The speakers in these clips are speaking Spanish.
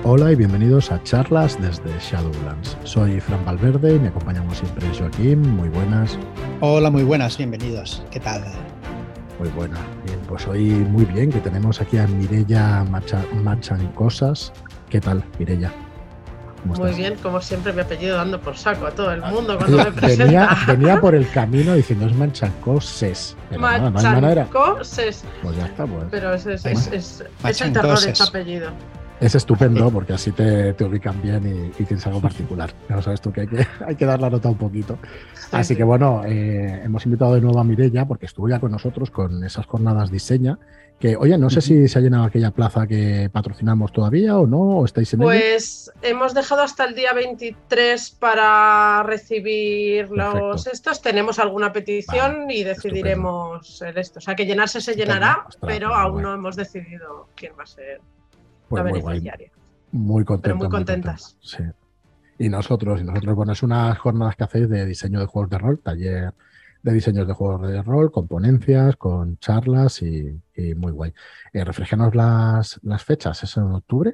Hola y bienvenidos a charlas desde Shadowlands. Soy Fran Valverde y me acompaña como siempre Joaquín. Muy buenas. Hola, muy buenas, bienvenidos. ¿Qué tal? Muy buena. Bien, pues hoy muy bien, que tenemos aquí a Mireia Machancosas. ¿Qué tal, Mireia? ¿Cómo Muy estás? bien, como siempre, mi apellido dando por saco a todo el mundo cuando me Venía presenta. por el camino diciendo es Machancoses, pero nada, no hay manera. Machancoses. Pues ya está, pues. Pero es el terror Machancoses. hecho apellido. Es estupendo porque así te ubican bien y tienes algo particular. Ya lo sabes tú que hay que dar la nota un poquito. Así que bueno, hemos invitado de nuevo a Mireia porque estuvo ya con nosotros con esas jornadas Diseña. Que, oye, no sé si se ha llenado aquella plaza que patrocinamos todavía o no, o estáis en ello. Pues hemos dejado hasta el día 23 para recibir los estos. Tenemos alguna petición y decidiremos el esto. O sea, que llenarse se llenará, pero aún no hemos decidido quién va a ser la beneficiaria. Muy contento. Pero muy contentas. Sí. Y nosotros, bueno, es unas jornadas que hacéis de diseño de juegos de rol, taller de diseños de juegos de rol, con ponencias, con charlas y muy guay. Reflejanos las fechas, ¿es en octubre?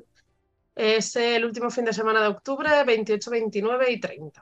Es el último fin de semana de octubre, 28, 29 y 30.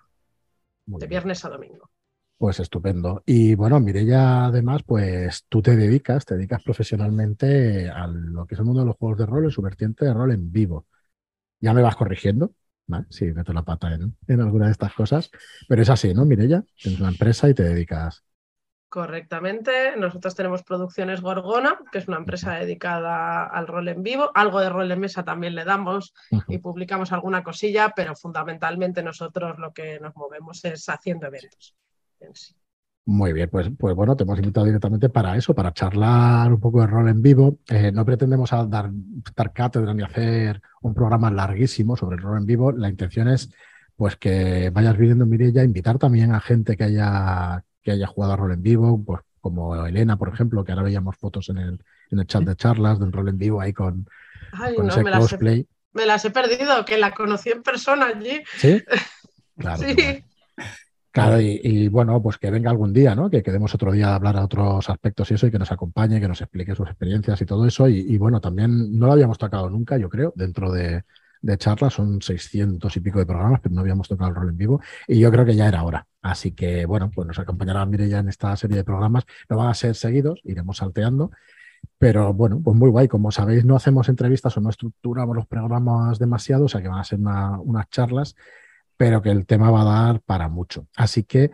De viernes a domingo. Pues estupendo. Y bueno, Mireia, además, pues tú te dedicas profesionalmente a lo que es el mundo de los juegos de rol en su vertiente de rol en vivo. Ya me vas corrigiendo, ¿vale? Sí, meto la pata en alguna de estas cosas, pero es así, ¿no, Mireia? Tienes una empresa y te dedicas. Correctamente. Nosotros tenemos Producciones Gorgona, que es una empresa dedicada al rol en vivo. Algo de rol en mesa también le damos y publicamos alguna cosilla, pero fundamentalmente nosotros lo que nos movemos es haciendo eventos en sí. Muy bien, pues bueno, te hemos invitado directamente para eso, para charlar un poco de rol en vivo. No pretendemos dar cátedra ni hacer un programa larguísimo sobre el rol en vivo. La intención es pues que vayas viendo, Mireia, invitar también a gente que haya jugado a rol en vivo, pues como Elena, por ejemplo, que ahora veíamos fotos en el chat de charlas del rol en vivo ahí con ese cosplay. Me las he perdido, que la conocí en persona allí. ¿Sí? Claro. Sí. Claro, y bueno, pues que venga algún día, ¿no? Que quedemos otro día a hablar a otros aspectos y eso, y que nos acompañe, que nos explique sus experiencias y todo eso. Y bueno, también no lo habíamos tocado nunca, yo creo, dentro de charlas, son 600 y pico de programas, pero no habíamos tocado el rol en vivo, y yo creo que ya era hora. Así que bueno, pues nos acompañará Mireia en esta serie de programas. No van a ser seguidos, iremos salteando, pero bueno, pues muy guay. Como sabéis, no hacemos entrevistas o no estructuramos los programas demasiado, o sea que van a ser unas charlas, pero que el tema va a dar para mucho. Así que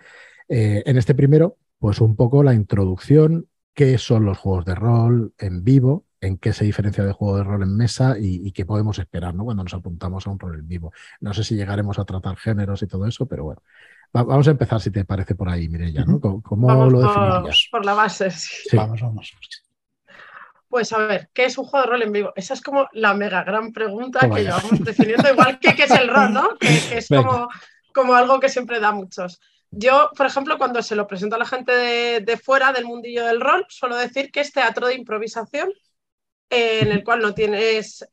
en este primero, pues un poco la introducción, qué son los juegos de rol en vivo, en qué se diferencia de juego de rol en mesa y qué podemos esperar, ¿no? Cuando nos apuntamos a un rol en vivo. No sé si llegaremos a tratar géneros y todo eso, pero bueno. Vamos a empezar, si te parece, por ahí, Mireia, ¿no? ¿Cómo vamos lo definirías? Por la base, sí. Vamos. Pues a ver, ¿qué es un juego de rol en vivo? Esa es como la mega gran pregunta que llevamos definiendo, igual que qué es el rol, ¿no? Que es como algo que siempre da muchos. Yo, por ejemplo, cuando se lo presento a la gente de fuera del mundillo del rol, suelo decir que es teatro de improvisación en el cual no tienes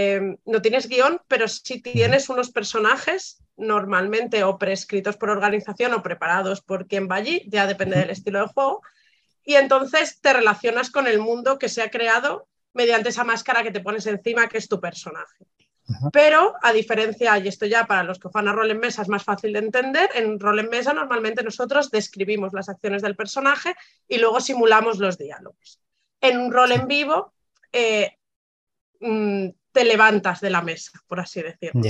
guión, pero sí tienes unos personajes normalmente o preescritos por organización o preparados por quien va allí, ya depende del estilo de juego, y entonces te relacionas con el mundo que se ha creado mediante esa máscara que te pones encima, que es tu personaje. Pero, a diferencia, y esto ya para los que juegan a rol en mesa es más fácil de entender, en rol en mesa normalmente nosotros describimos las acciones del personaje y luego simulamos los diálogos. En un rol en vivo te levantas de la mesa, por así decirlo.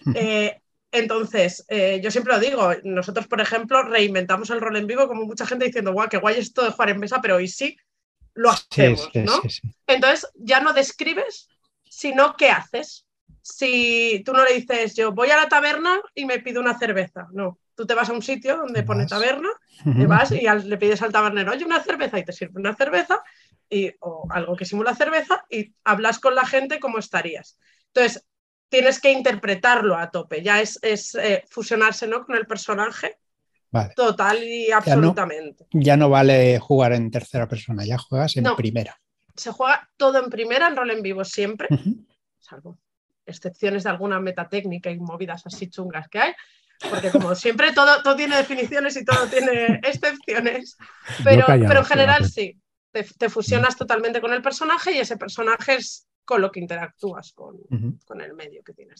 Entonces, yo siempre lo digo, nosotros, por ejemplo, reinventamos el rol en vivo, como mucha gente diciendo, guau, qué guay esto de jugar en mesa, pero hoy sí lo hacemos, ¿no? Sí. Entonces, ya no describes, sino qué haces. Si tú no le dices, yo voy a la taberna y me pido una cerveza, no. Tú te vas a un sitio donde pone taberna, te vas y le pides al tabernero, oye, una cerveza, y te sirve una cerveza, o algo que simula cerveza, y hablas con la gente como estarías. Entonces, tienes que interpretarlo a tope, ya es fusionarse, ¿no?, con el personaje. Vale. Total y absolutamente. Ya no vale jugar en tercera persona, ya juegas en primera. Se juega todo en primera, en rol en vivo siempre, salvo excepciones de alguna metatécnica y movidas así chungas que hay, porque como siempre todo tiene definiciones y todo tiene excepciones, pero en general sí, te fusionas totalmente con el personaje y ese personaje es con lo que interactúas con el medio que tienes.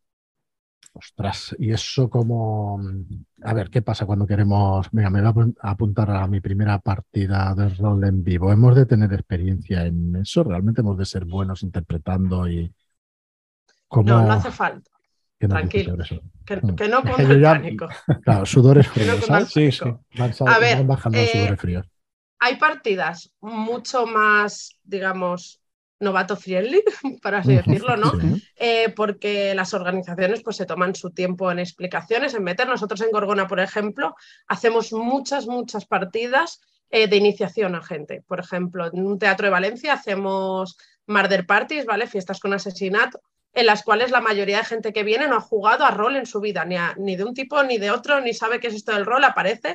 Ostras, y eso como... A ver, ¿qué pasa cuando queremos... Venga, me voy a apuntar a mi primera partida de rol en vivo. ¿Hemos de tener experiencia en eso? ¿Realmente hemos de ser buenos interpretando y cómo... No hace falta. ¿Qué nos dices Tranquilo. sobre eso? Que no cunda el pánico. Claro, sudores Que no fríos, cunda el ¿sabes? pánico. Sí. A ver, Van bajando los sudores fríos. hay partidas mucho más, digamos, novato friendly, por así decirlo, ¿no? Sí. Porque las organizaciones pues se toman su tiempo en explicaciones, en meter. Nosotros en Gorgona, por ejemplo, hacemos muchas partidas de iniciación a gente. Por ejemplo, en un teatro de Valencia hacemos murder parties, ¿vale? Fiestas con asesinato, en las cuales la mayoría de gente que viene no ha jugado a rol en su vida, ni de un tipo ni de otro, ni sabe qué es esto del rol, aparece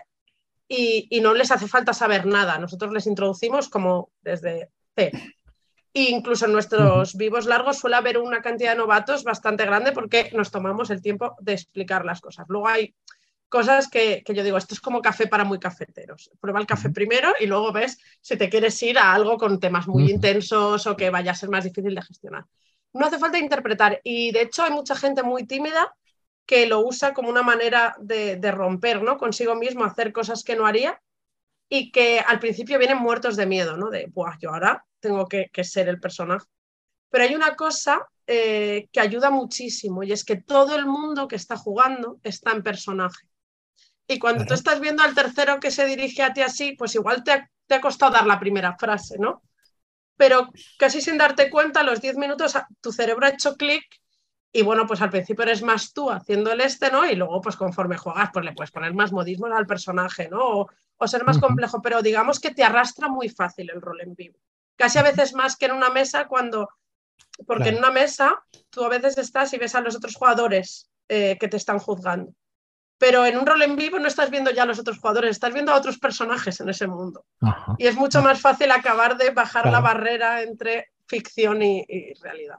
y no les hace falta saber nada. Nosotros les introducimos como desde cero. E incluso en nuestros vivos largos suele haber una cantidad de novatos bastante grande porque nos tomamos el tiempo de explicar las cosas. Luego hay cosas que yo digo, esto es como café para muy cafeteros. Prueba el café primero y luego ves si te quieres ir a algo con temas muy intensos o que vaya a ser más difícil de gestionar. No hace falta interpretar y de hecho hay mucha gente muy tímida que lo usa como una manera de romper, ¿no? Consigo mismo, hacer cosas que no haría y que al principio vienen muertos de miedo, ¿no? De, buah, yo ahora tengo que ser el personaje. Pero hay una cosa que ayuda muchísimo y es que todo el mundo que está jugando está en personaje. Y cuando tú estás viendo al tercero que se dirige a ti así, pues igual te ha costado dar la primera frase, ¿no? Pero casi sin darte cuenta, a los 10 minutos tu cerebro ha hecho clic y bueno, pues al principio eres más tú haciendo el ¿no? Y luego pues conforme juegas pues le puedes poner más modismos al personaje, ¿no? O ser más complejo, pero digamos que te arrastra muy fácil el rol en vivo. Casi a veces más que en una mesa porque en una mesa tú a veces estás y ves a los otros jugadores que te están juzgando. Pero en un rol en vivo no estás viendo ya a los otros jugadores, estás viendo a otros personajes en ese mundo. Y es mucho más fácil acabar de bajar la barrera entre ficción y realidad.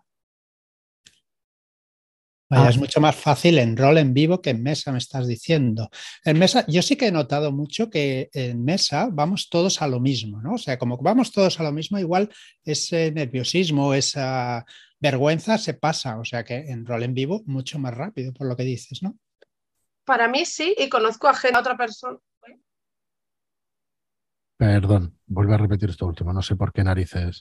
Vaya, es mucho más fácil en rol en vivo que en mesa, me estás diciendo. En mesa, yo sí que he notado mucho que en mesa vamos todos a lo mismo, ¿no? O sea, como vamos todos a lo mismo, igual ese nerviosismo, esa vergüenza se pasa. O sea que en rol en vivo mucho más rápido, por lo que dices, ¿no? Para mí sí, y conozco a gente, a otra persona. Perdón, vuelve a repetir esto último, no sé por qué narices.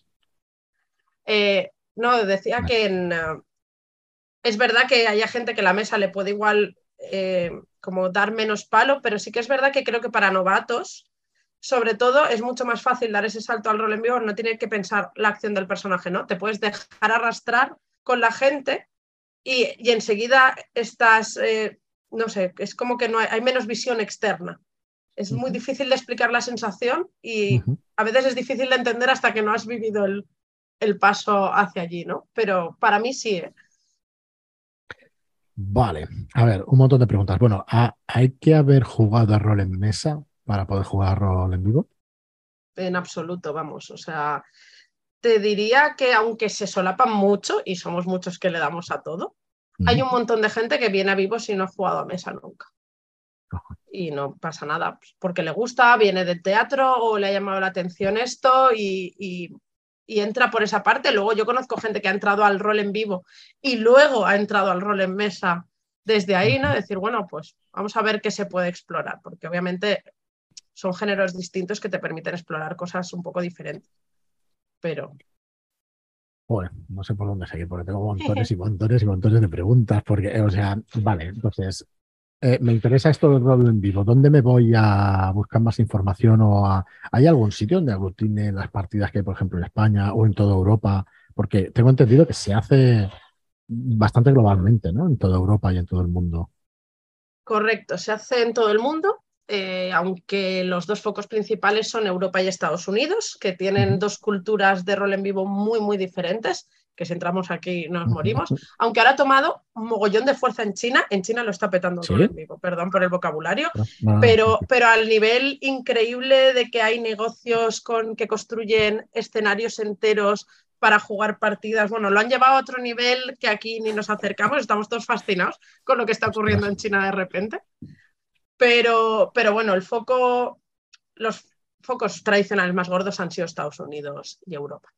No, decía que es verdad que haya gente que la mesa le puede igual como dar menos palo, pero sí que es verdad que creo que para novatos, sobre todo, es mucho más fácil dar ese salto al rol en vivo, no tiene que pensar la acción del personaje, ¿no? Te puedes dejar arrastrar con la gente y enseguida estás, no sé, es como que no hay menos visión externa. Es muy difícil de explicar la sensación y a veces es difícil de entender hasta que no has vivido el paso hacia allí, ¿no? Pero para mí sí. Vale, a ver, un montón de preguntas. Bueno, ¿hay que haber jugado a rol en mesa para poder jugar a rol en vivo? En absoluto, vamos. O sea, te diría que aunque se solapan mucho y somos muchos que le damos a todo, hay un montón de gente que viene a vivo si no ha jugado a mesa nunca. Y no pasa nada, porque le gusta, viene del teatro o le ha llamado la atención esto y entra por esa parte. Luego yo conozco gente que ha entrado al rol en vivo y luego ha entrado al rol en mesa desde ahí, ¿no? Decir, bueno, pues vamos a ver qué se puede explorar, porque obviamente son géneros distintos que te permiten explorar cosas un poco diferentes. Pero... Bueno, no sé por dónde seguir, porque tengo montones y montones y montones de preguntas, porque, o sea, vale, entonces, me interesa esto del rol en vivo. ¿Dónde me voy a buscar más información ¿hay algún sitio donde aglutine las partidas que hay, por ejemplo, en España o en toda Europa? Porque tengo entendido que se hace bastante globalmente, ¿no? En toda Europa y en todo el mundo. Correcto, se hace en todo el mundo, aunque los dos focos principales son Europa y Estados Unidos, que tienen dos culturas de rol en vivo muy, muy diferentes, que si entramos aquí nos morimos, aunque ahora ha tomado un mogollón de fuerza en China lo está petando el rol en vivo, perdón por el vocabulario, pero al nivel increíble de que hay negocios que construyen escenarios enteros para jugar partidas, bueno, lo han llevado a otro nivel que aquí ni nos acercamos, estamos todos fascinados con lo que está ocurriendo en China de repente. Pero bueno, los focos tradicionales más gordos han sido Estados Unidos y Europa.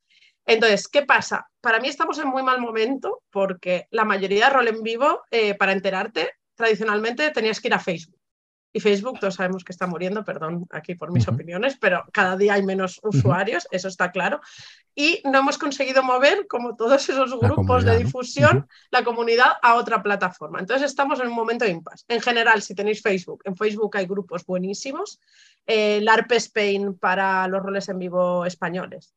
Entonces, ¿qué pasa? Para mí estamos en muy mal momento porque la mayoría de rol en vivo, para enterarte, tradicionalmente tenías que ir a Facebook. Y Facebook, todos sabemos que está muriendo, perdón aquí por mis opiniones, pero cada día hay menos usuarios, eso está claro. Y no hemos conseguido mover, como todos esos grupos de difusión, la comunidad a otra plataforma. Entonces estamos en un momento de impasse. En general, si tenéis Facebook, en Facebook hay grupos buenísimos. LARP Spain para los roles en vivo españoles.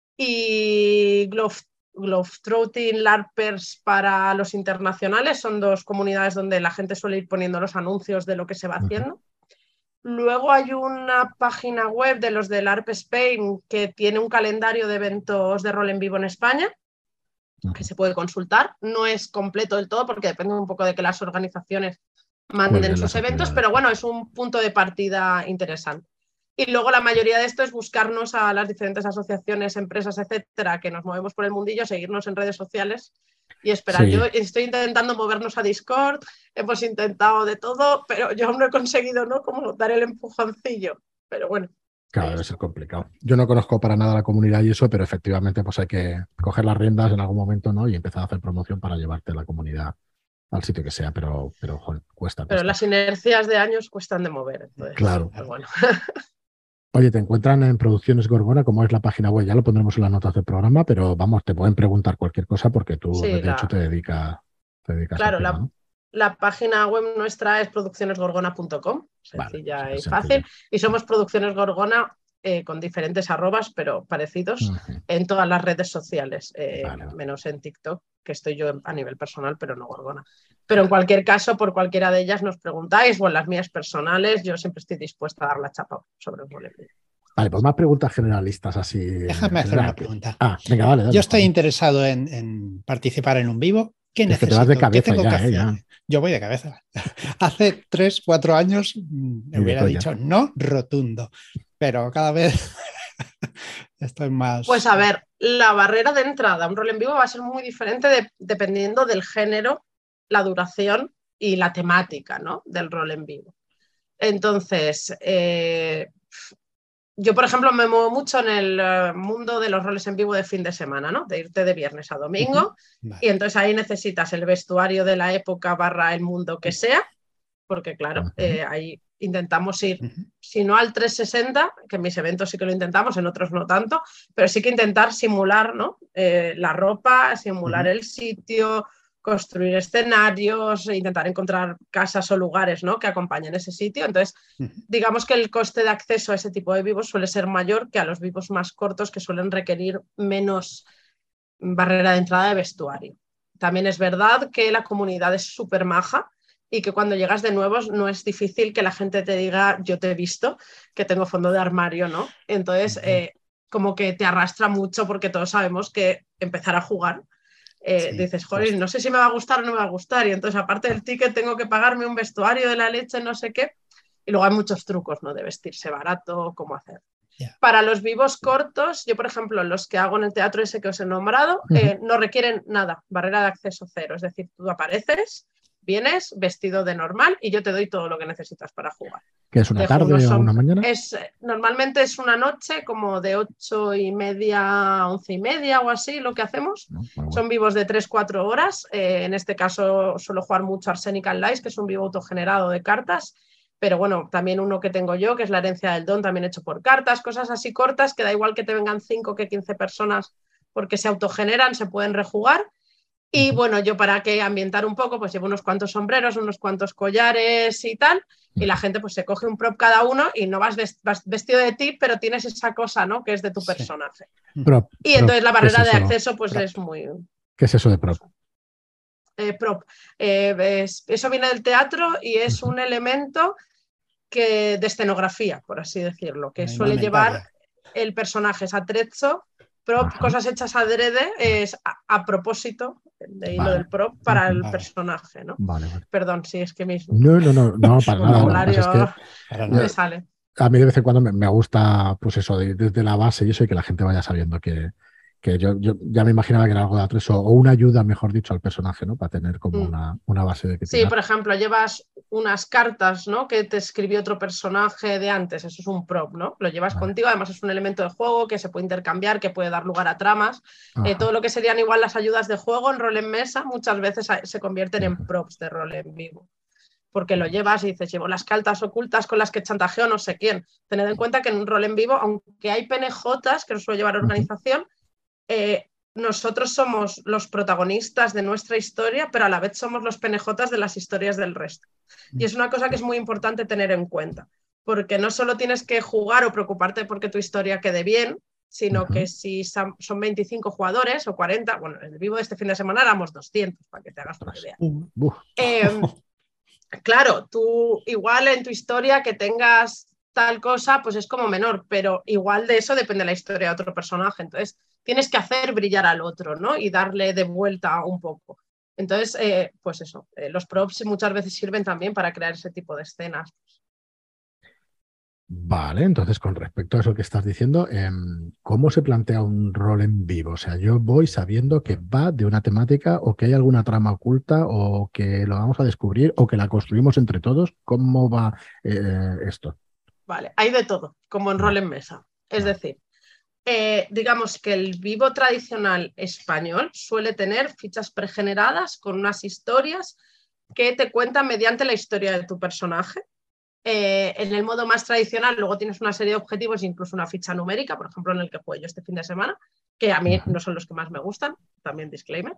Y Globetrotting, LARPers para los internacionales, son dos comunidades donde la gente suele ir poniendo los anuncios de lo que se va haciendo. Luego hay una página web de los de LARP Spain que tiene un calendario de eventos de rol en vivo en España que se puede consultar. No es completo del todo porque depende un poco de que las organizaciones manden sus eventos, pero bueno, es un punto de partida interesante. Y luego la mayoría de esto es buscarnos a las diferentes asociaciones, empresas, etcétera, que nos movemos por el mundillo, seguirnos en redes sociales y esperar. Sí. Yo estoy intentando movernos a Discord, hemos intentado de todo, pero yo aún no he conseguido, ¿no?, como dar el empujoncillo. Pero bueno. Claro, debe ser complicado. Yo no conozco para nada la comunidad y eso, pero efectivamente pues hay que coger las riendas en algún momento, ¿no?, y empezar a hacer promoción para llevarte la comunidad al sitio que sea, pero joder, cuesta. Pero las inercias de años cuestan de mover. Entonces, claro. Pero bueno. Oye, te encuentran en Producciones Gorgona, como es la página web, ya lo pondremos en las notas del programa, pero vamos, te pueden preguntar cualquier cosa porque tú, sí, de hecho, te dedicas claro, al tema, ¿no? La página web nuestra es produccionesgorgona.com, sencilla, vale, y fácil. Sencillo. Y somos Producciones Gorgona con diferentes arrobas, pero parecidos en todas las redes sociales, vale. Menos en TikTok, que estoy yo a nivel personal, pero no Gorgona. Pero en cualquier caso, por cualquiera de ellas nos preguntáis, o en las mías personales, yo siempre estoy dispuesta a dar la chapa sobre el boletín. Vale, pues más preguntas generalistas así. Déjame hacer una pregunta. Venga, dale. Yo estoy interesado en participar en un vivo. ¿Qué necesito? Que te vas de cabeza. ¿Qué tengo ya, que hacer? Ya. Yo voy de cabeza. Hace 3, 4 años me hubiera dicho no rotundo, pero cada vez estoy más... Pues a ver, la barrera de entrada a un rol en vivo va a ser muy diferente dependiendo del género, la duración y la temática, ¿no?, del rol en vivo. Entonces, yo, por ejemplo, me muevo mucho en el mundo de los roles en vivo de fin de semana, ¿no?, de irte de viernes a domingo. Vale. Y entonces ahí necesitas el vestuario de la época / el mundo que sea, porque claro, ahí intentamos ir, si no al 360, que en mis eventos sí que lo intentamos, en otros no tanto, pero sí que intentar simular, ¿no?, la ropa, simular el sitio, construir escenarios, intentar encontrar casas o lugares, ¿no?, que acompañen ese sitio. Entonces, digamos que el coste de acceso a ese tipo de vivos suele ser mayor que a los vivos más cortos, que suelen requerir menos barrera de entrada de vestuario. También es verdad que la comunidad es súper maja y que cuando llegas de nuevos no es difícil que la gente te diga yo te he visto, que tengo fondo de armario, ¿no? Entonces, como que te arrastra mucho porque todos sabemos que empezar a jugar dices, joder, no sé si me va a gustar o no me va a gustar, y entonces aparte del ticket tengo que pagarme un vestuario de la leche, no sé qué, y luego hay muchos trucos, ¿no?, de vestirse barato, cómo hacer. Para los vivos cortos, yo por ejemplo, los que hago en el teatro ese que os he nombrado, no requieren nada, barrera de acceso cero, es decir, tú apareces, vienes vestido de normal y yo te doy todo lo que necesitas para jugar. ¿Que es una tarde o una mañana? Normalmente es una noche como de 8:30 a 11:30 o así lo que hacemos. Bueno. Son vivos de 3-4 horas. En este caso suelo jugar mucho Arsenical Lies, que es un vivo autogenerado de cartas. Pero bueno, también uno que tengo yo, que es La herencia del don, también hecho por cartas, cosas así cortas, que da igual que te vengan 5 que 15 personas porque se autogeneran, se pueden rejugar. Y bueno, yo para que ambientar un poco, pues llevo unos cuantos sombreros, unos cuantos collares y tal, y la gente pues se coge un prop cada uno y no vas vestido de ti, pero tienes esa cosa, ¿no?, que es de tu personaje. Prop, y entonces la barrera de acceso pues es muy... ¿Qué es eso de prop? Prop. Eso viene del teatro y es un elemento de escenografía, por así decirlo, que suele llevar el personaje, es atrezzo, prop, cosas hechas adrede, es a propósito de hilo del prop para el personaje, ¿no? Vale. Perdón, sí, es que mismo. No, para nada. Es que me sale. A mí de vez en cuando me gusta, pues eso, desde la base y eso, y que la gente vaya sabiendo que yo ya me imaginaba que era algo de atrezo o una ayuda, mejor dicho, al personaje, ¿no? Para tener como una base de que... Sí, por ejemplo, llevas unas cartas, ¿no? Que te escribió otro personaje de antes, eso es un prop, ¿no? Lo llevas contigo, además es un elemento de juego que se puede intercambiar, que puede dar lugar a tramas. Todo lo que serían igual las ayudas de juego en rol en mesa muchas veces se convierten en props de rol en vivo. Porque lo llevas y dices, llevo las cartas ocultas con las que chantajeo no sé quién. Tened en cuenta que en un rol en vivo, aunque hay PNJs que nos suele llevar a organización, nosotros somos los protagonistas de nuestra historia, pero a la vez somos los PNJs de las historias del resto. Y es una cosa que es muy importante tener en cuenta, porque no solo tienes que jugar o preocuparte porque tu historia quede bien, sino que si son 25 jugadores o 40, bueno, en el vivo de este fin de semana éramos 200, para que te hagas una idea. Claro, tú igual en tu historia que tengas tal cosa, pues es como menor, pero igual de eso depende la historia de otro personaje. Entonces tienes que hacer brillar al otro, ¿no? Y darle de vuelta un poco. Entonces, pues eso, los props muchas veces sirven también para crear ese tipo de escenas. Vale, entonces con respecto a eso que estás diciendo, ¿cómo se plantea un rol en vivo? O sea, yo voy sabiendo que va de una temática o que hay alguna trama oculta o que lo vamos a descubrir o que la construimos entre todos. ¿Cómo va esto? Vale, hay de todo, como en rol en mesa. Es decir, digamos que el vivo tradicional español suele tener fichas pregeneradas con unas historias que te cuentan mediante la historia de tu personaje. En el modo más tradicional luego tienes una serie de objetivos, incluso una ficha numérica, por ejemplo en el que juego yo este fin de semana, que a mí no son los que más me gustan, también disclaimer.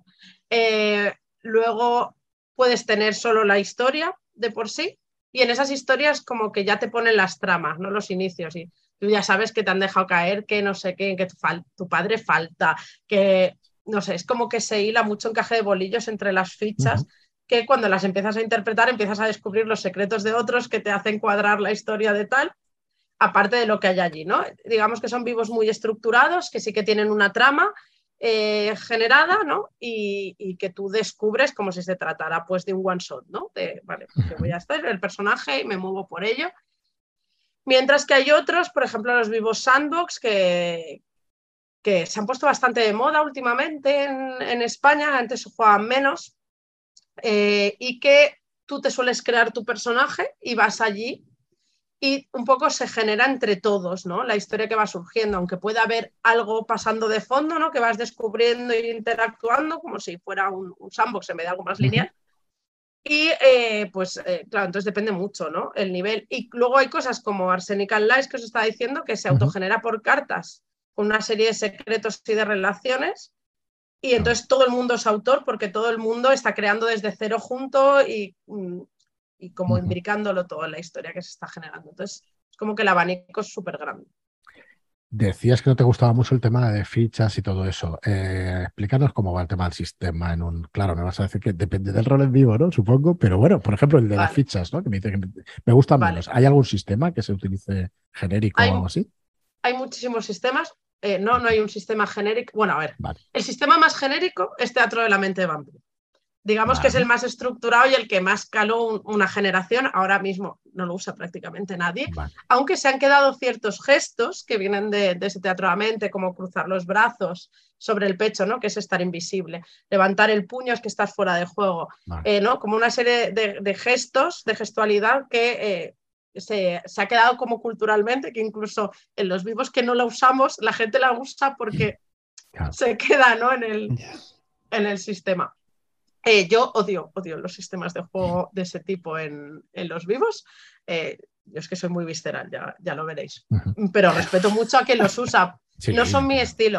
Luego puedes tener solo la historia de por sí, y en esas historias como que ya te ponen las tramas, no los inicios, y tú ya sabes que te han dejado caer, que no sé qué, que tu padre falta, que no sé, es como que se hila mucho encaje de bolillos entre las fichas, que cuando las empiezas a interpretar empiezas a descubrir los secretos de otros que te hacen cuadrar la historia de tal, aparte de lo que hay allí, ¿no? Digamos que son vivos muy estructurados, que sí que tienen una trama generada, ¿no? Y que tú descubres como si se tratara pues de un one shot, ¿no? Vale, pues yo voy a hacer el personaje y me muevo por ello. Mientras que hay otros, por ejemplo, los vivos sandbox, que se han puesto bastante de moda últimamente en España, antes se jugaban menos, y que tú te sueles crear tu personaje y vas allí y un poco se genera entre todos, ¿no? La historia que va surgiendo, aunque pueda haber algo pasando de fondo, ¿no? Que vas descubriendo e interactuando como si fuera un sandbox en vez de algo más lineal. Y claro, entonces depende mucho, ¿no? El nivel. Y luego hay cosas como Arsenical Lies, que os estaba diciendo, que se autogenera por cartas con una serie de secretos y de relaciones. Y entonces todo el mundo es autor porque todo el mundo está creando desde cero junto y como imbricándolo todo en la historia que se está generando. Entonces es como que el abanico es súper grande. Decías que no te gustaba mucho el tema de fichas y todo eso. Explícanos cómo va el tema del sistema en un... Claro, me vas a decir que depende del rol en vivo, ¿no? Supongo, pero bueno, por ejemplo, el de las fichas, ¿no? Que me dice que me gusta menos. ¿Hay algún sistema que se utilice genérico o algo así? Hay muchísimos sistemas. No hay un sistema genérico. Bueno, a ver, el sistema más genérico es Teatro de la Mente de Vampiro. Digamos que es el más estructurado y el que más caló una generación. Ahora mismo no lo usa prácticamente nadie, aunque se han quedado ciertos gestos que vienen de ese Teatro de la Mente, como cruzar los brazos sobre el pecho, ¿no? Que es estar invisible. Levantar el puño es que estás fuera de juego. ¿No? Como una serie de gestos, de gestualidad que... se ha quedado como culturalmente, que incluso en los vivos que no la usamos, la gente la usa porque se queda, ¿no? en el sistema. Yo odio los sistemas de juego de ese tipo en los vivos. Yo es que soy muy visceral, ya lo veréis. Pero respeto mucho a quien los usa. No son mi estilo.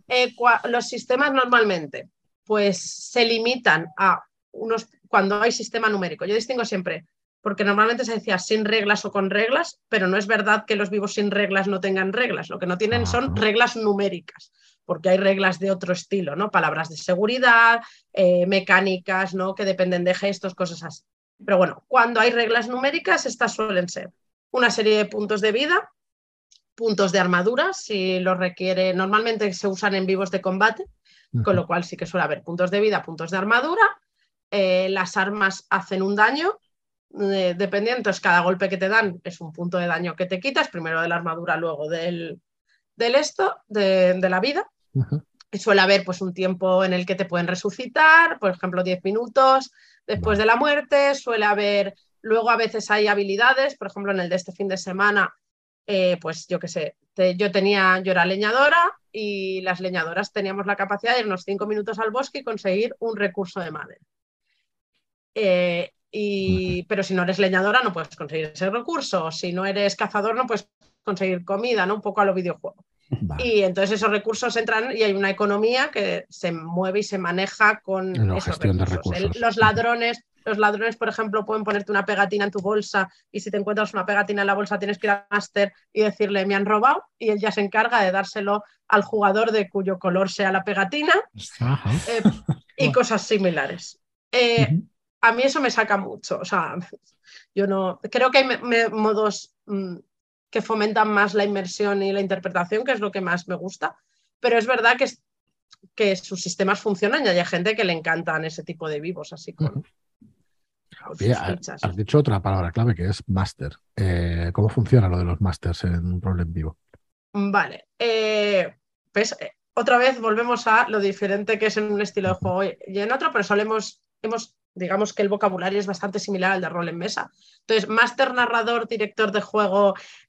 Los sistemas normalmente pues se limitan a cuando hay sistema numérico. Yo distingo siempre, porque normalmente se decía sin reglas o con reglas, pero no es verdad que los vivos sin reglas no tengan reglas. Lo que no tienen son reglas numéricas, porque hay reglas de otro estilo, ¿no? Palabras de seguridad, mecánicas, ¿no? Que dependen de gestos, cosas así. Pero bueno, cuando hay reglas numéricas, estas suelen ser una serie de puntos de vida, puntos de armadura, si lo requiere. Normalmente se usan en vivos de combate, con lo cual sí que suele haber puntos de vida, puntos de armadura. Las armas hacen un daño, dependiendo, entonces cada golpe que te dan es un punto de daño que te quitas, primero de la armadura, luego de la vida. Y suele haber pues un tiempo en el que te pueden resucitar, por ejemplo 10 minutos después de la muerte, suele haber Luego a veces hay habilidades, por ejemplo, en el de este fin de semana, pues yo qué sé, yo era leñadora y las leñadoras teníamos la capacidad de irnos 5 minutos al bosque y conseguir un recurso de madera. Pero si no eres leñadora no puedes conseguir ese recurso, si no eres cazador no puedes conseguir comida, ¿no? Un poco a lo videojuego. Vale. Y entonces esos recursos entran y hay una economía que se mueve y se maneja con esos recursos. Los ladrones, por ejemplo, pueden ponerte una pegatina en tu bolsa y si te encuentras una pegatina en la bolsa tienes que ir al máster y decirle me han robado y él ya se encarga de dárselo al jugador de cuyo color sea la pegatina y cosas similares. A mí eso me saca mucho. O sea, yo no creo que hay modos que fomentan más la inmersión y la interpretación, que es lo que más me gusta, pero es verdad que sus sistemas funcionan y hay gente que le encantan ese tipo de vivos así con sus fichas. Has dicho otra palabra clave que es máster. ¿Cómo funciona lo de los másters en un rol en vivo? Vale. Pues, otra vez volvemos a lo diferente que es en un estilo de juego y en otro, pero digamos que el vocabulario es bastante similar al de rol en mesa. Entonces, máster, narrador, director de juego,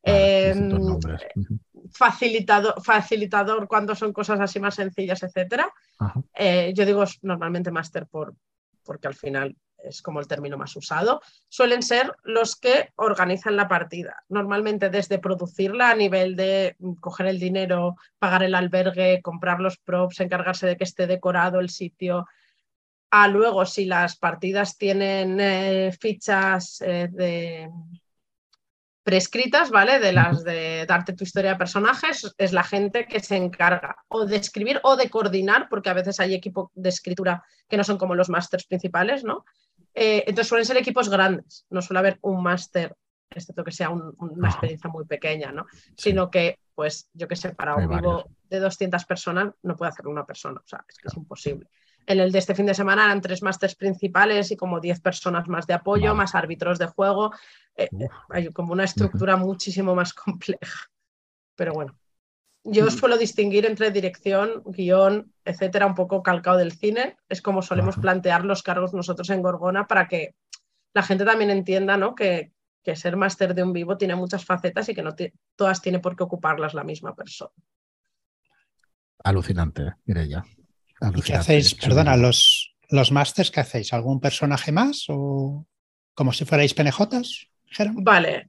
facilitador cuando son cosas así más sencillas, etcétera. Yo digo normalmente máster porque al final es como el término más usado. Suelen ser los que organizan la partida. Normalmente desde producirla a nivel de coger el dinero, pagar el albergue, comprar los props, encargarse de que esté decorado el sitio. Luego, si las partidas tienen fichas prescritas, ¿vale? De las de darte tu historia de personajes, es la gente que se encarga o de escribir o de coordinar, porque a veces hay equipos de escritura que no son como los másters principales, ¿no? Entonces suelen ser equipos grandes, no suele haber un máster, excepto que sea una experiencia muy pequeña, ¿no? Sino que, pues, yo qué sé, para un vivo de 200 personas no puede hacerlo una persona, o sea, es que es imposible. En el de este fin de semana eran 3 másters principales y como 10 personas más de apoyo, más árbitros de juego. Hay como una estructura muchísimo más compleja. Pero bueno, yo suelo distinguir entre dirección, guión, etcétera, un poco calcado del cine. Es como solemos plantear los cargos nosotros en Gorgona para que la gente también entienda, ¿no? que ser máster de un vivo tiene muchas facetas y que no todas tiene por qué ocuparlas la misma persona. Alucinante, Mireia. ¿Y qué hacéis? Perdona, los másters, ¿qué hacéis? ¿Algún personaje más o como si fuerais PNJs? Vale.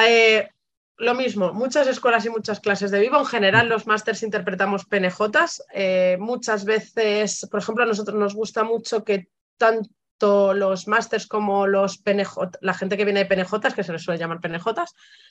Lo mismo, muchas escuelas y muchas clases de vivo. En general, los másters interpretamos PNJs. Muchas veces, por ejemplo, a nosotros nos gusta mucho que tanto los másters como los PNJ, la gente que viene de PNJs, que se les suele llamar PNJs,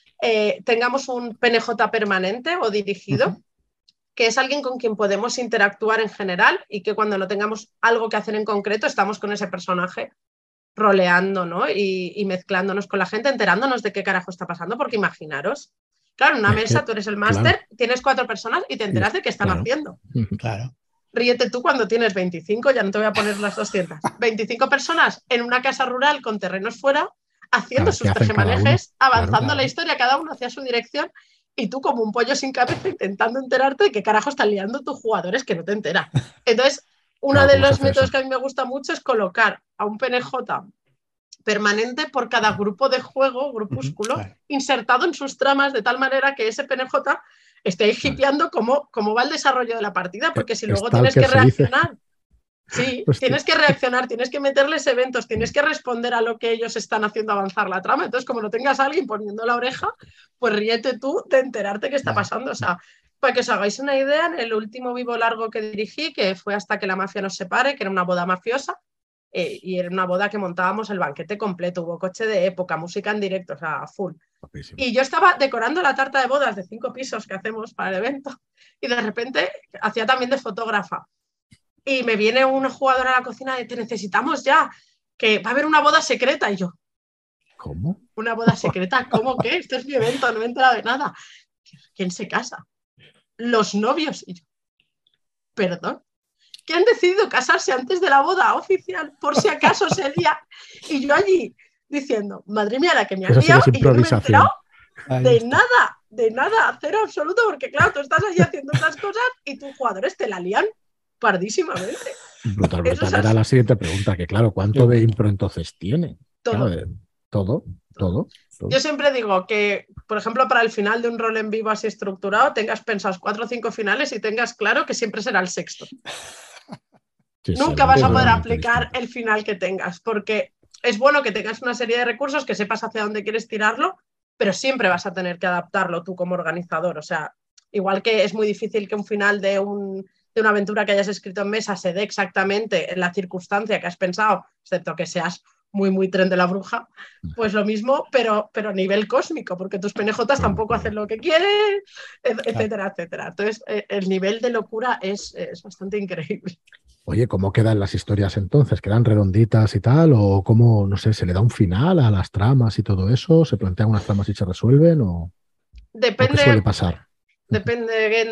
tengamos un PNJ permanente o dirigido. Que es alguien con quien podemos interactuar en general y que cuando no tengamos algo que hacer en concreto estamos con ese personaje roleando, ¿no? y mezclándonos con la gente, enterándonos de qué carajo está pasando, porque imaginaros, claro, en una mesa tú eres el máster, tienes 4 personas y te enteras de qué están haciendo. Claro. Ríete tú cuando tienes 25, ya no te voy a poner las 200. 25 personas en una casa rural con terrenos fuera, haciendo sus tejemanejes, avanzando la historia, cada uno hacia su dirección. Y tú como un pollo sin cabeza intentando enterarte de qué carajo están liando tus jugadores que no te enteran. Entonces, uno de los métodos que a mí me gusta mucho es colocar a un PNJ permanente por cada grupo de juego, grupúsculo, insertado en sus tramas de tal manera que ese PNJ esté ahí hipeando cómo va el desarrollo de la partida, porque si luego tienes que reaccionar... Sí, tienes que reaccionar, tienes que meterles eventos, tienes que responder a lo que ellos están haciendo avanzar la trama. Entonces, como no tengas a alguien poniendo la oreja, pues ríete tú de enterarte qué está pasando. O sea, para que os hagáis una idea, en el último vivo largo que dirigí, que fue Hasta que la mafia nos separe, que era una boda mafiosa, y era una boda que montábamos el banquete completo, hubo coche de época, música en directo, o sea, full. Papísimo. Y yo estaba decorando la tarta de bodas de 5 pisos que hacemos para el evento, y de repente hacía también de fotógrafa. Y me viene una jugadora a la cocina de te necesitamos ya, que va a haber una boda secreta. Y yo, ¿cómo? ¿Una boda secreta? ¿Cómo qué? Esto es mi evento, no me he enterado de nada. ¿Quién se casa? Los novios. Y yo, ¿perdón? Que han decidido casarse antes de la boda oficial, por si acaso sería. Y yo allí diciendo, madre mía, la que me han liado, y yo no me he enterado de nada, cero absoluto, porque claro, tú estás allí haciendo esas cosas y tus jugadores te la lían pardísimamente. Brutal. Era la siguiente pregunta, que claro, ¿cuánto de impro entonces tiene? Todo. Claro, Todo. Yo siempre digo que, por ejemplo, para el final de un rol en vivo así estructurado, tengas pensados 4 o 5 finales y tengas claro que siempre será el sexto. Nunca vas a poder aplicar el final que tengas, porque es bueno que tengas una serie de recursos, que sepas hacia dónde quieres tirarlo, pero siempre vas a tener que adaptarlo tú como organizador. O sea, igual que es muy difícil que un final de una aventura que hayas escrito en mesa se dé exactamente en la circunstancia que has pensado, excepto que seas muy tren de la bruja, pues lo mismo, pero a nivel cósmico, porque tus penejotas tampoco hacen lo que quieren, etcétera, etcétera. Entonces, el nivel de locura es bastante increíble. Oye, ¿cómo quedan las historias entonces? ¿Quedan redonditas y tal? ¿O cómo, no sé, se le da un final a las tramas y todo eso? ¿Se plantean unas tramas y se resuelven? ¿O qué suele pasar? Depende bien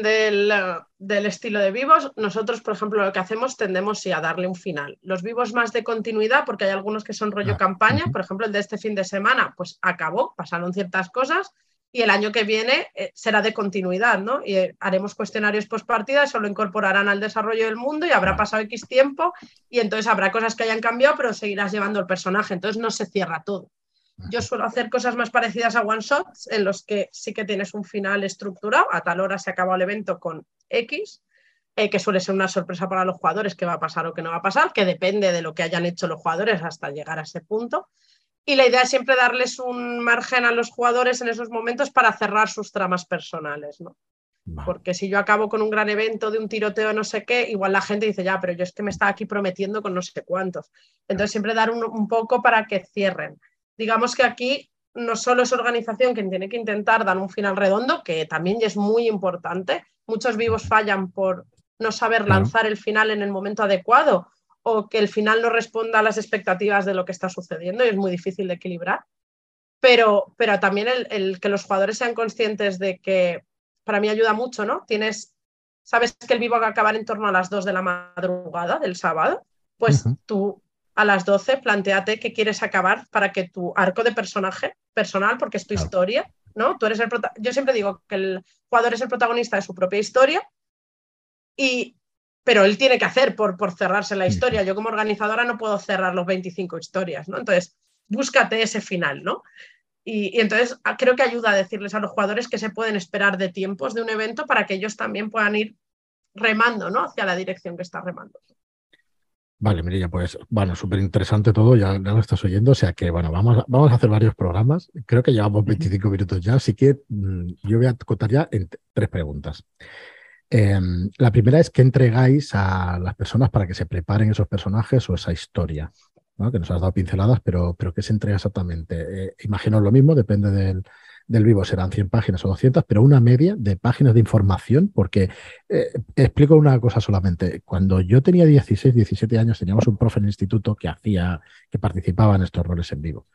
del estilo de vivos. Nosotros, por ejemplo, lo que hacemos tendemos sí, a darle un final. Los vivos más de continuidad, porque hay algunos que son rollo campaña, por ejemplo, el de este fin de semana, pues acabó, pasaron ciertas cosas y el año que viene será de continuidad, ¿no? Y haremos cuestionarios post partida, eso lo incorporarán al desarrollo del mundo y habrá pasado X tiempo y entonces habrá cosas que hayan cambiado, pero seguirás llevando el personaje, entonces no se cierra todo. Yo suelo hacer cosas más parecidas a one shots en los que sí que tienes un final estructurado, a tal hora se acaba el evento con X, que suele ser una sorpresa para los jugadores, qué va a pasar o qué no va a pasar, que depende de lo que hayan hecho los jugadores hasta llegar a ese punto. Y la idea es siempre darles un margen a los jugadores en esos momentos para cerrar sus tramas personales, ¿no? Porque si yo acabo con un gran evento de un tiroteo no sé qué, igual la gente dice, ya, pero yo es que me estaba aquí prometiendo con no sé cuántos. Entonces siempre dar un poco para que cierren. Digamos que aquí no solo es organización quien tiene que intentar dar un final redondo, que también es muy importante. Muchos vivos fallan por no saber lanzar el final en el momento adecuado o que el final no responda a las expectativas de lo que está sucediendo y es muy difícil de equilibrar. Pero también el que los jugadores sean conscientes de que para mí ayuda mucho, ¿no? Sabes que el vivo va a acabar en torno a las 2 de la madrugada del sábado, pues tú a las 12 plantéate qué quieres acabar para que tu arco de personaje personal, porque es tu historia, ¿no? Tú eres yo siempre digo que el jugador es el protagonista de su propia historia, pero él tiene que hacer por cerrarse la historia. Yo como organizadora no puedo cerrar los 25 historias, ¿no? Entonces, búscate ese final, ¿no? Y entonces creo que ayuda a decirles a los jugadores que se pueden esperar de tiempos de un evento para que ellos también puedan ir remando, ¿no? Hacia la dirección que está remando. Vale, Mireia, pues bueno, súper interesante todo, ya lo estás oyendo, o sea que bueno, vamos a hacer varios programas, creo que llevamos 25 minutos ya, así que yo voy a contar ya en 3 preguntas. La primera es, ¿qué entregáis a las personas para que se preparen esos personajes o esa historia? ¿No? Que nos has dado pinceladas, pero ¿qué se entrega exactamente? Imagino lo mismo, depende del vivo, serán 100 páginas o 200, pero una media de páginas de información, porque explico una cosa solamente. Cuando yo tenía 16, 17 años, teníamos un profe en el instituto que participaba en estos roles en vivo.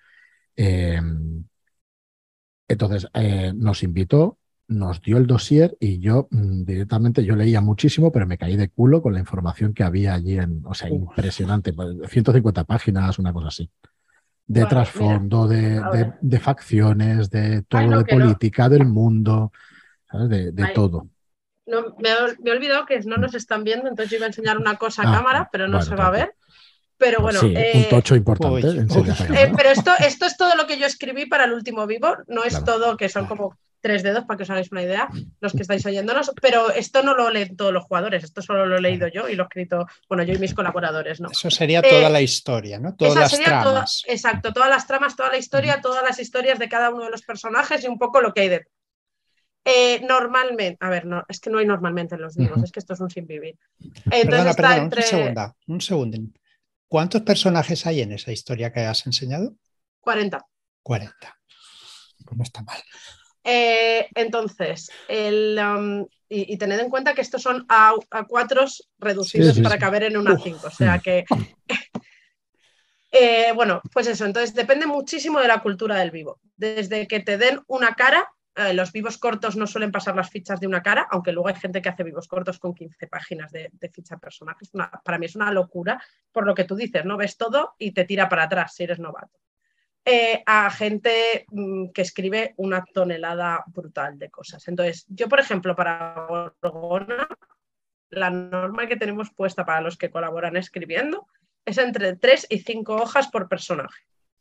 Entonces, nos invitó, nos dio el dossier y yo directamente, yo leía muchísimo, pero me caí de culo con la información que había allí, o sea, impresionante, 150 páginas, una cosa así. De trasfondo, de facciones, de todo, de política, del mundo, ¿sabes? De todo. No, me he olvidado que no nos están viendo, entonces yo iba a enseñar una cosa a cámara, pero no se va a ver. Pero pues bueno, sí, un tocho importante. Pero esto es todo lo que yo escribí para el último vivo, no es todo, que son como 3 dedos para que os hagáis una idea, los que estáis oyéndonos, pero esto no lo leen todos los jugadores, esto solo lo he leído yo y lo he escrito, bueno, yo y mis colaboradores, ¿no? Eso sería toda la historia, ¿no? Todas las tramas. Exacto, todas las tramas, toda la historia, todas las historias de cada uno de los personajes y un poco lo que hay detrás. Normalmente, a ver, no, es que no hay normalmente en los vivos, es que esto es un sin vivir. Entonces perdona, un segundo. ¿Cuántos personajes hay en esa historia que has enseñado? 40. 40. Pues no está mal. Entonces, y tened en cuenta que estos son a 4 reducidos para caber en una 5. O sea que, bueno, pues eso. Entonces, depende muchísimo de la cultura del vivo. Desde que te den una cara, los vivos cortos no suelen pasar las fichas de una cara, aunque luego hay gente que hace vivos cortos con 15 páginas de ficha de personajes. Para mí es una locura, por lo que tú dices, ¿no? Ves todo y te tira para atrás si eres novato. A gente que escribe una tonelada brutal de cosas. Entonces, yo, por ejemplo, para Gorgona, la norma que tenemos puesta para los que colaboran escribiendo es entre 3 y 5 hojas por personaje.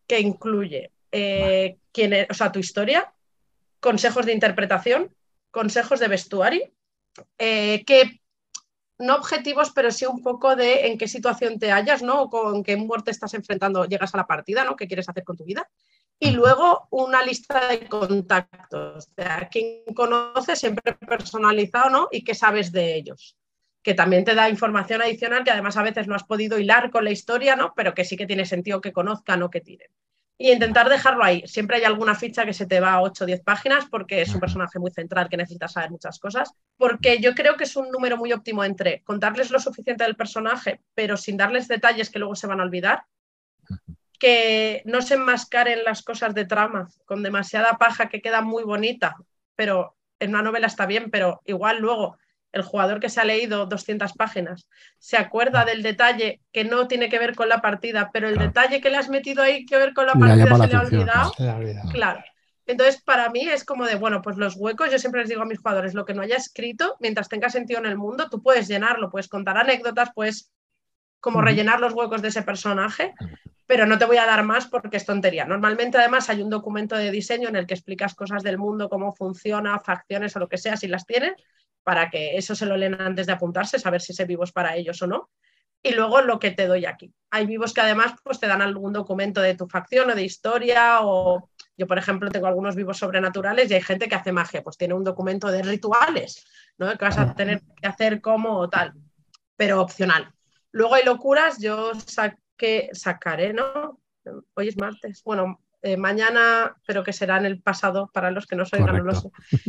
que incluye o sea, tu historia, consejos de interpretación, consejos de vestuario, que no objetivos, pero sí un poco de en qué situación te hallas, ¿no? O con qué muerte estás enfrentando, llegas a la partida, ¿no? ¿Qué quieres hacer con tu vida? Y luego una lista de contactos, o sea, quién conoces, siempre personalizado, ¿no? Y qué sabes de ellos, que también te da información adicional que además a veces no has podido hilar con la historia, ¿no? Pero que sí que tiene sentido que conozcan o que tiren. Y intentar dejarlo ahí. Siempre hay alguna ficha que se te va a 8 o 10 páginas porque es un personaje muy central que necesita saber muchas cosas. Porque yo creo que es un número muy óptimo entre contarles lo suficiente del personaje, pero sin darles detalles que luego se van a olvidar. Que no se enmascaren las cosas de trama con demasiada paja que queda muy bonita, pero en una novela está bien, pero igual luego el jugador que se ha leído 200 páginas se acuerda del detalle que no tiene que ver con la partida, pero el detalle que le has metido ahí que ver con la partida se le ha olvidado. Claro. Entonces, para mí es como de, bueno, pues los huecos, yo siempre les digo a mis jugadores, lo que no haya escrito, mientras tenga sentido en el mundo, tú puedes llenarlo, puedes contar anécdotas, puedes como rellenar los huecos de ese personaje, pero no te voy a dar más porque es tontería. Normalmente, además, hay un documento de diseño en el que explicas cosas del mundo, cómo funciona, facciones o lo que sea, si las tienen, para que eso se lo leen antes de apuntarse, saber si ese vivo es para ellos o no. Y luego lo que te doy aquí. Hay vivos que además pues, te dan algún documento de tu facción o de historia, o yo, por ejemplo, tengo algunos vivos sobrenaturales y hay gente que hace magia, pues tiene un documento de rituales, ¿no? Que vas a tener que hacer como o tal, pero opcional. Luego hay locuras, yo sacaré, ¿no? Hoy es martes, bueno, mañana, pero que será en el pasado para los que no soy ganoso.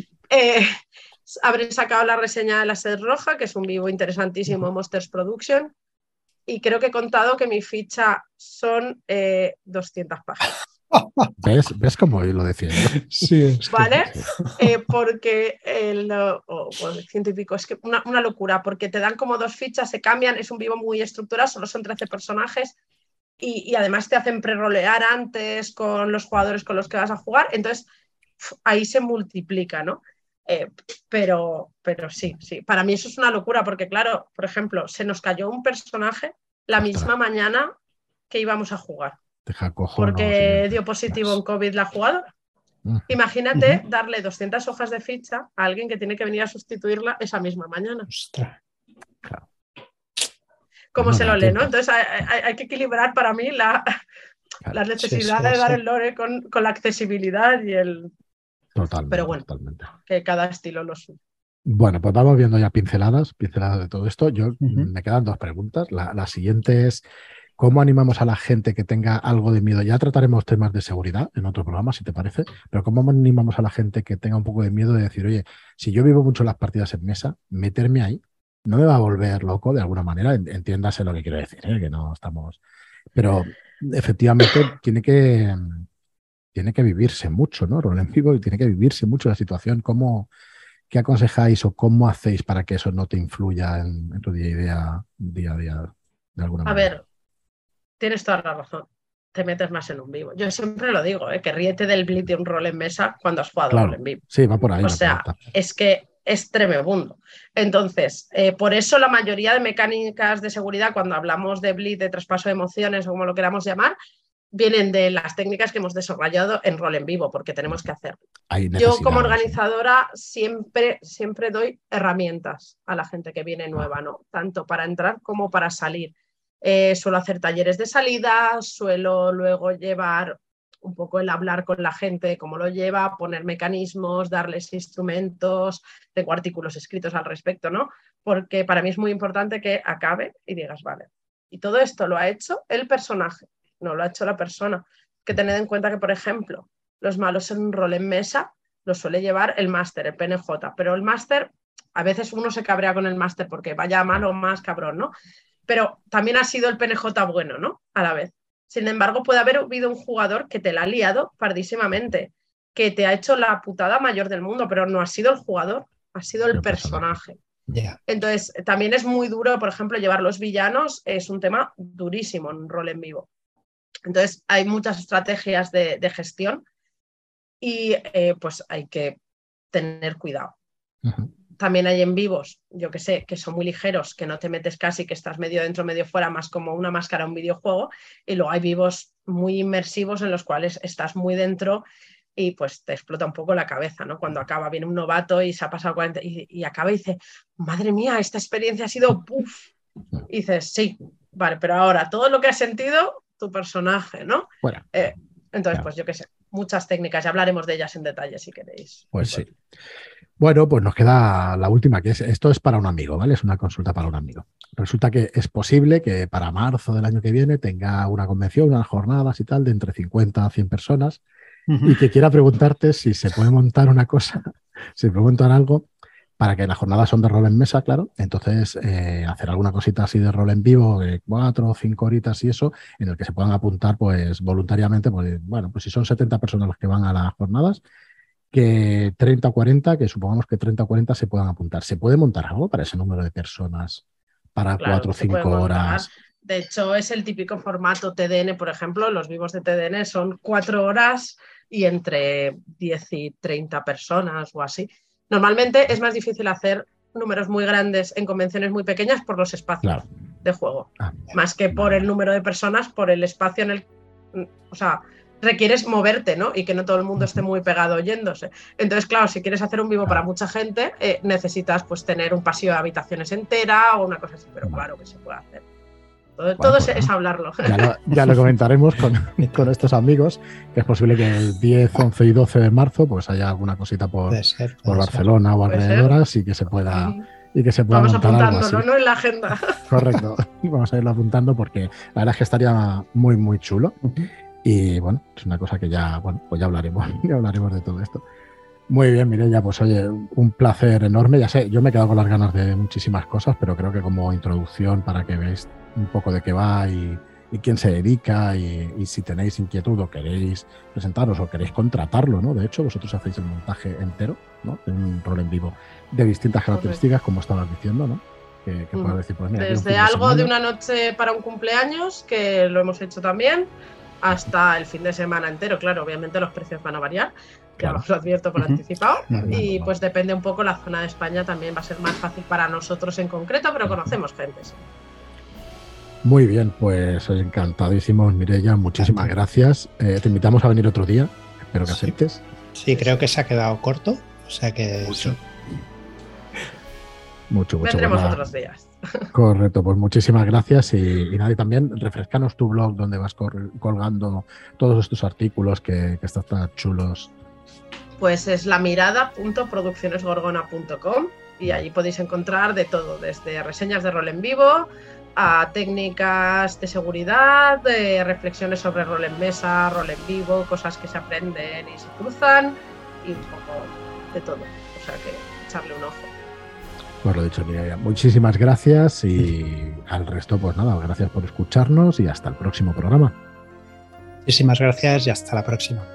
Habré sacado la reseña de la Sed Roja, que es un vivo interesantísimo, Monsters Production, y creo que he contado que mi ficha son 200 páginas. ¿Ves cómo lo decía yo? Sí, ¿Vale? Porque el científico es que una locura, porque te dan como 2 fichas, se cambian, es un vivo muy estructurado, solo son 13 personajes y además te hacen prerolear antes con los jugadores con los que vas a jugar, entonces ahí se multiplica, ¿no? Pero sí, para mí eso es una locura, porque claro, por ejemplo, se nos cayó un personaje la misma mañana que íbamos a jugar. Porque dio positivo en COVID la jugadora. Imagínate darle 200 hojas de ficha a alguien que tiene que venir a sustituirla esa misma mañana. Ostras. Claro. ¿Cómo se lo lee, no? Entonces hay que equilibrar para mí la necesidad de dar el lore con la accesibilidad y el... Totalmente. Pero bueno, que cada estilo lo suyo. Bueno, pues vamos viendo ya pinceladas de todo esto. Me quedan 2 preguntas. La siguiente es: ¿cómo animamos a la gente que tenga algo de miedo? Ya trataremos temas de seguridad en otro programa, si te parece, pero ¿cómo animamos a la gente que tenga un poco de miedo de decir, oye, si yo vivo mucho las partidas en mesa, meterme ahí no me va a volver loco de alguna manera? Entiéndase lo que quiero decir, que no estamos... Pero efectivamente tiene que vivirse mucho, ¿no? Rol en vivo, y tiene que vivirse mucho la situación. ¿Qué aconsejáis o cómo hacéis para que eso no te influya en tu día a día de alguna manera? A ver, tienes toda la razón. Te metes más en un vivo. Yo siempre lo digo, que ríete del blitz de un rol en mesa cuando has jugado rol en vivo. Sí, va por ahí. O sea, es que es tremebundo. Entonces, por eso la mayoría de mecánicas de seguridad, cuando hablamos de blitz, de traspaso de emociones o como lo queramos llamar, vienen de las técnicas que hemos desarrollado en rol en vivo, porque tenemos que hacerlo. Yo como organizadora siempre doy herramientas a la gente que viene nueva, ¿no? Tanto para entrar como para salir. Suelo hacer talleres de salida, suelo luego llevar un poco el hablar con la gente, cómo lo lleva, poner mecanismos, darles instrumentos, tengo artículos escritos al respecto, ¿no? Porque para mí es muy importante que acabe y digas, vale, y todo esto lo ha hecho el personaje, no lo ha hecho la persona. Que tened en cuenta que, por ejemplo, los malos en un rol en mesa lo suele llevar el máster, el PNJ, pero el máster, a veces uno se cabrea con el máster porque vaya malo más cabrón, ¿no? Pero también ha sido el PNJ bueno, ¿no? A la vez. Sin embargo, puede haber habido un jugador que te la ha liado pardísimamente, que te ha hecho la putada mayor del mundo, pero no ha sido el jugador, ha sido el personaje. Yeah. Entonces, también es muy duro, por ejemplo, llevar los villanos, es un tema durísimo en un rol en vivo. Entonces, hay muchas estrategias de gestión y pues hay que tener cuidado. también hay en vivos, yo que sé, que son muy ligeros, que no te metes casi, que estás medio dentro, medio fuera, más como una máscara, un videojuego. Y luego hay vivos muy inmersivos en los cuales estás muy dentro y pues te explota un poco la cabeza, ¿no? Cuando acaba, viene un novato y se ha pasado 40 y acaba y dice, madre mía, esta experiencia ha sido puff. Y dices, sí, vale, pero ahora todo lo que has sentido, tu personaje, ¿no? Bueno, entonces, pues yo qué sé, muchas técnicas, ya hablaremos de ellas en detalle si queréis. Pues sí. Bueno, pues nos queda la última, que esto es para un amigo, ¿vale? Es una consulta para un amigo. Resulta que es posible que para marzo del año que viene tenga una convención, unas jornadas y tal, de entre 50 a 100 personas, y que quiera preguntarte si se puede montar una cosa, si se puede montar algo, para que las jornadas son de rol en mesa, claro, entonces hacer alguna cosita así de rol en vivo, 4 o 5 horitas y eso, en el que se puedan apuntar pues voluntariamente, pues bueno, pues si son 70 personas las que van a las jornadas, que 30 o 40, que supongamos que 30 o 40 se puedan apuntar. ¿Se puede montar algo para ese número de personas para 4 o 5 horas? De hecho, es el típico formato TDN, por ejemplo, los vivos de TDN son 4 horas y entre 10 y 30 personas o así. Normalmente es más difícil hacer números muy grandes en convenciones muy pequeñas por los espacios de juego, más que por el número de personas, por el espacio en el... O sea, requieres moverte, ¿no? Y que no todo el mundo esté muy pegado oyéndose. Entonces, claro, si quieres hacer un vivo para mucha gente, necesitas pues tener un pasillo de habitaciones entera o una cosa así, pero claro que se puede hacer. Todo es hablarlo. Ya lo comentaremos con estos amigos, que es posible que el 10, 11 y 12 de marzo pues haya alguna cosita por Barcelona o alrededor, y que se pueda... Y que se pueda Vamos montar apuntándolo, algo ¿no? En la agenda. Correcto. Vamos a irlo apuntando porque la verdad es que estaría muy, muy chulo. Y bueno, es una cosa que ya, bueno, pues ya hablaremos de todo esto. Muy bien, Mireia, pues oye, un placer enorme. Ya sé, yo me he quedado con las ganas de muchísimas cosas, pero creo que como introducción para que veáis un poco de qué va y quién se dedica y si tenéis inquietud o queréis presentaros o queréis contratarlo, ¿no? De hecho, vosotros hacéis el montaje entero, ¿no? De un rol en vivo de distintas características, como estabas diciendo, ¿no? Que puedes decir, pues mira, desde algo de una noche para un cumpleaños, que lo hemos hecho también, hasta el fin de semana entero. Claro, obviamente los precios van a variar, ya os lo advierto por anticipado, y pues depende un poco, la zona de España también va a ser más fácil para nosotros en concreto, pero conocemos gente. Sí. Muy bien, pues soy encantadísimo, Mireia, muchísimas gracias. Te invitamos a venir otro día, espero que aceptes. Sí, creo que se ha quedado corto, o sea que... Mucho. Mucho. Vendremos otros días. Correcto, pues muchísimas gracias y nada, y también refrescanos tu blog donde vas colgando todos estos artículos que están tan chulos. Pues es lamirada.produccionesgorgona.com y allí podéis encontrar de todo, desde reseñas de rol en vivo a técnicas de seguridad, de reflexiones sobre rol en mesa, rol en vivo, cosas que se aprenden y se cruzan y un poco de todo, o sea que echarle un ojo. Pues lo dicho, Mireia, muchísimas gracias y al resto, pues nada, gracias por escucharnos y hasta el próximo programa. Muchísimas gracias y hasta la próxima.